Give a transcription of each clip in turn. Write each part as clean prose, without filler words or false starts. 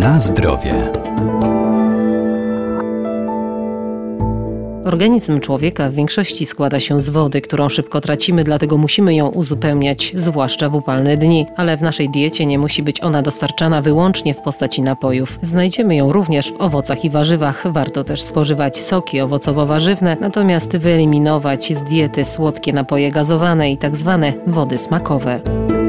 Na zdrowie. Organizm człowieka w większości składa się z wody, którą szybko tracimy, dlatego musimy ją uzupełniać, zwłaszcza w upalne dni. Ale w naszej diecie nie musi być ona dostarczana wyłącznie w postaci napojów. Znajdziemy ją również w owocach i warzywach. Warto też spożywać soki owocowo-warzywne, natomiast wyeliminować z diety słodkie napoje gazowane i tak zwane wody smakowe.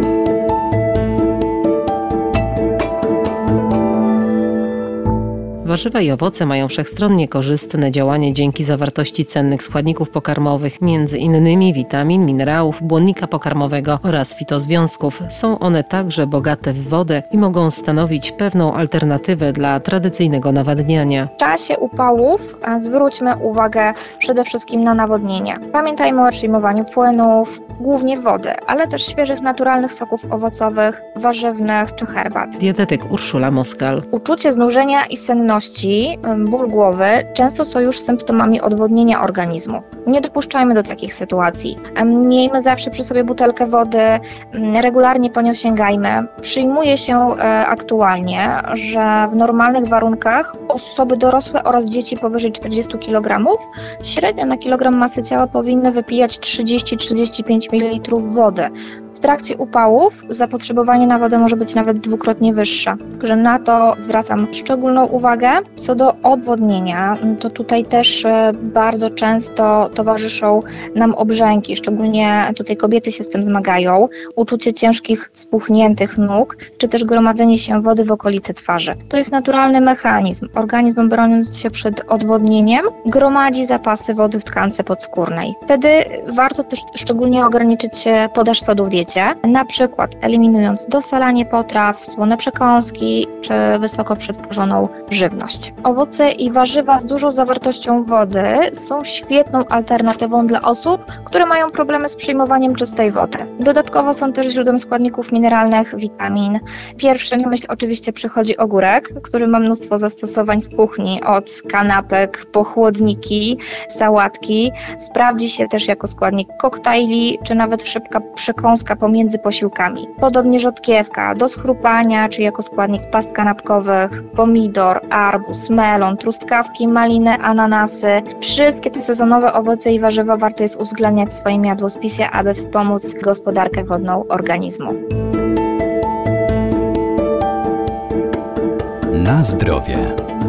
Warzywa i owoce mają wszechstronnie korzystne działanie dzięki zawartości cennych składników pokarmowych, m.in. witamin, minerałów, błonnika pokarmowego oraz fitozwiązków. Są one także bogate w wodę i mogą stanowić pewną alternatywę dla tradycyjnego nawadniania. W czasie upałów zwróćmy uwagę przede wszystkim na nawodnienie. Pamiętajmy o przyjmowaniu płynów, głównie wody, ale też świeżych, naturalnych soków owocowych, warzywnych czy herbat. Dietetyk Urszula Moskal. Uczucie znużenia i senności, ból głowy często są już symptomami odwodnienia organizmu. Nie dopuszczajmy do takich sytuacji. Miejmy zawsze przy sobie butelkę wody, regularnie po nią sięgajmy. Przyjmuje się aktualnie, że w normalnych warunkach osoby dorosłe oraz dzieci powyżej 40 kg średnio na kilogram masy ciała powinny wypijać 30-35 ml wody. W trakcie upałów zapotrzebowanie na wodę może być nawet dwukrotnie wyższe. Także na to zwracam szczególną uwagę. Co do odwodnienia, to tutaj też bardzo często towarzyszą nam obrzęki, szczególnie tutaj kobiety się z tym zmagają, uczucie ciężkich, spuchniętych nóg, czy też gromadzenie się wody w okolicy twarzy. To jest naturalny mechanizm. Organizm, broniąc się przed odwodnieniem, gromadzi zapasy wody w tkance podskórnej. Wtedy warto też szczególnie ograniczyć podaż sodu w diecie, na przykład eliminując dosalanie potraw, słone przekąski czy wysoko przetworzoną żywność. Owoce i warzywa z dużą zawartością wody są świetną alternatywą dla osób, które mają problemy z przyjmowaniem czystej wody. Dodatkowo są też źródłem składników mineralnych, witamin. Pierwszy na myśl oczywiście przychodzi ogórek, który ma mnóstwo zastosowań w kuchni, od kanapek po chłodniki, sałatki. Sprawdzi się też jako składnik koktajli, czy nawet szybka przekąska pomiędzy posiłkami. Podobnie rzodkiewka do schrupania, czy jako składnik past kanapkowych, pomidor, arbuz, melon, truskawki, maliny, ananasy. Wszystkie te sezonowe owoce i warzywa warto jest uwzględniać w swoim jadłospisie, aby wspomóc gospodarkę wodną organizmu. Na zdrowie.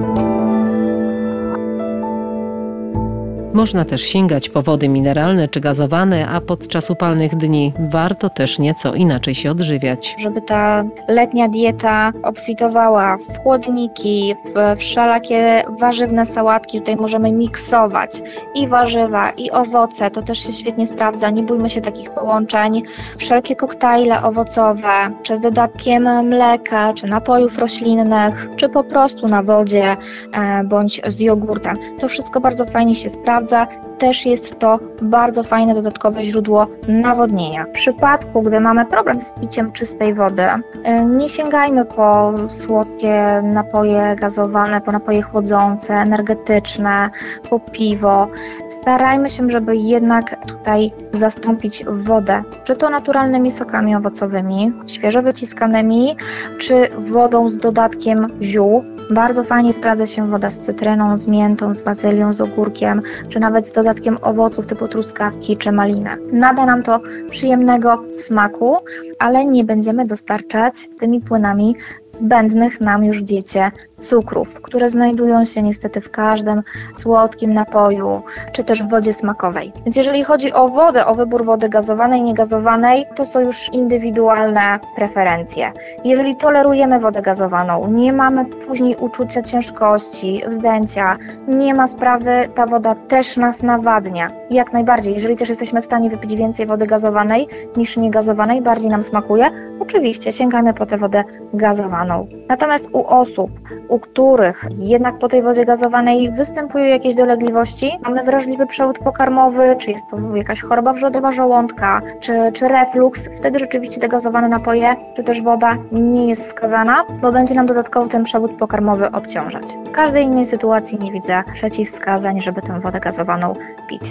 Można też sięgać po wody mineralne czy gazowane, a podczas upalnych dni warto też nieco inaczej się odżywiać. Żeby ta letnia dieta obfitowała w chłodniki, w wszelakie warzywne sałatki, tutaj możemy miksować i warzywa, i owoce, to też się świetnie sprawdza, nie bójmy się takich połączeń. Wszelkie koktajle owocowe, czy z dodatkiem mleka, czy napojów roślinnych, czy po prostu na wodzie, bądź z jogurtem. To wszystko bardzo fajnie się sprawdza. Też jest to bardzo fajne dodatkowe źródło nawodnienia. W przypadku, gdy mamy problem z piciem czystej wody, nie sięgajmy po słodkie napoje gazowane, po napoje chłodzące, energetyczne, po piwo. Starajmy się, żeby jednak tutaj zastąpić wodę, czy to naturalnymi sokami owocowymi, świeżo wyciskanymi, czy wodą z dodatkiem ziół. Bardzo fajnie sprawdza się woda z cytryną, z miętą, z bazylią, z ogórkiem, czy nawet z dodatkiem owoców typu truskawki czy maliny. Nada nam to przyjemnego smaku, ale nie będziemy dostarczać tymi płynami zbędnych nam już w diecie cukrów, które znajdują się niestety w każdym słodkim napoju, czy też w wodzie smakowej. Więc jeżeli chodzi o wodę, o wybór wody gazowanej, niegazowanej, to są już indywidualne preferencje. Jeżeli tolerujemy wodę gazowaną, nie mamy później uczucia ciężkości, wzdęcia, nie ma sprawy, ta woda też nas nawadnia. Jak najbardziej, jeżeli też jesteśmy w stanie wypić więcej wody gazowanej niż niegazowanej, bardziej nam smakuje, oczywiście sięgamy po tę wodę gazowaną. Natomiast u osób, u których jednak po tej wodzie gazowanej występują jakieś dolegliwości, mamy wrażliwy przewód pokarmowy, czy jest to jakaś choroba wrzodowa żołądka, czy refluks, wtedy rzeczywiście te gazowane napoje, czy też woda nie jest wskazana, bo będzie nam dodatkowo ten przewód pokarmowy obciążać. W każdej innej sytuacji nie widzę przeciwwskazań, żeby tę wodę gazowaną pić.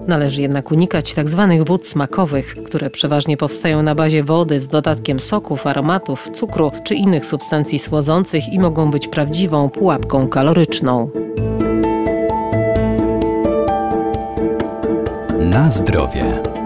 Należy jednak unikać tzw. wód smakowych, które przeważnie powstają na bazie wody z dodatkiem soków, aromatów, cukru czy innych substancji słodzących i mogą być prawdziwą pułapką kaloryczną. Na zdrowie.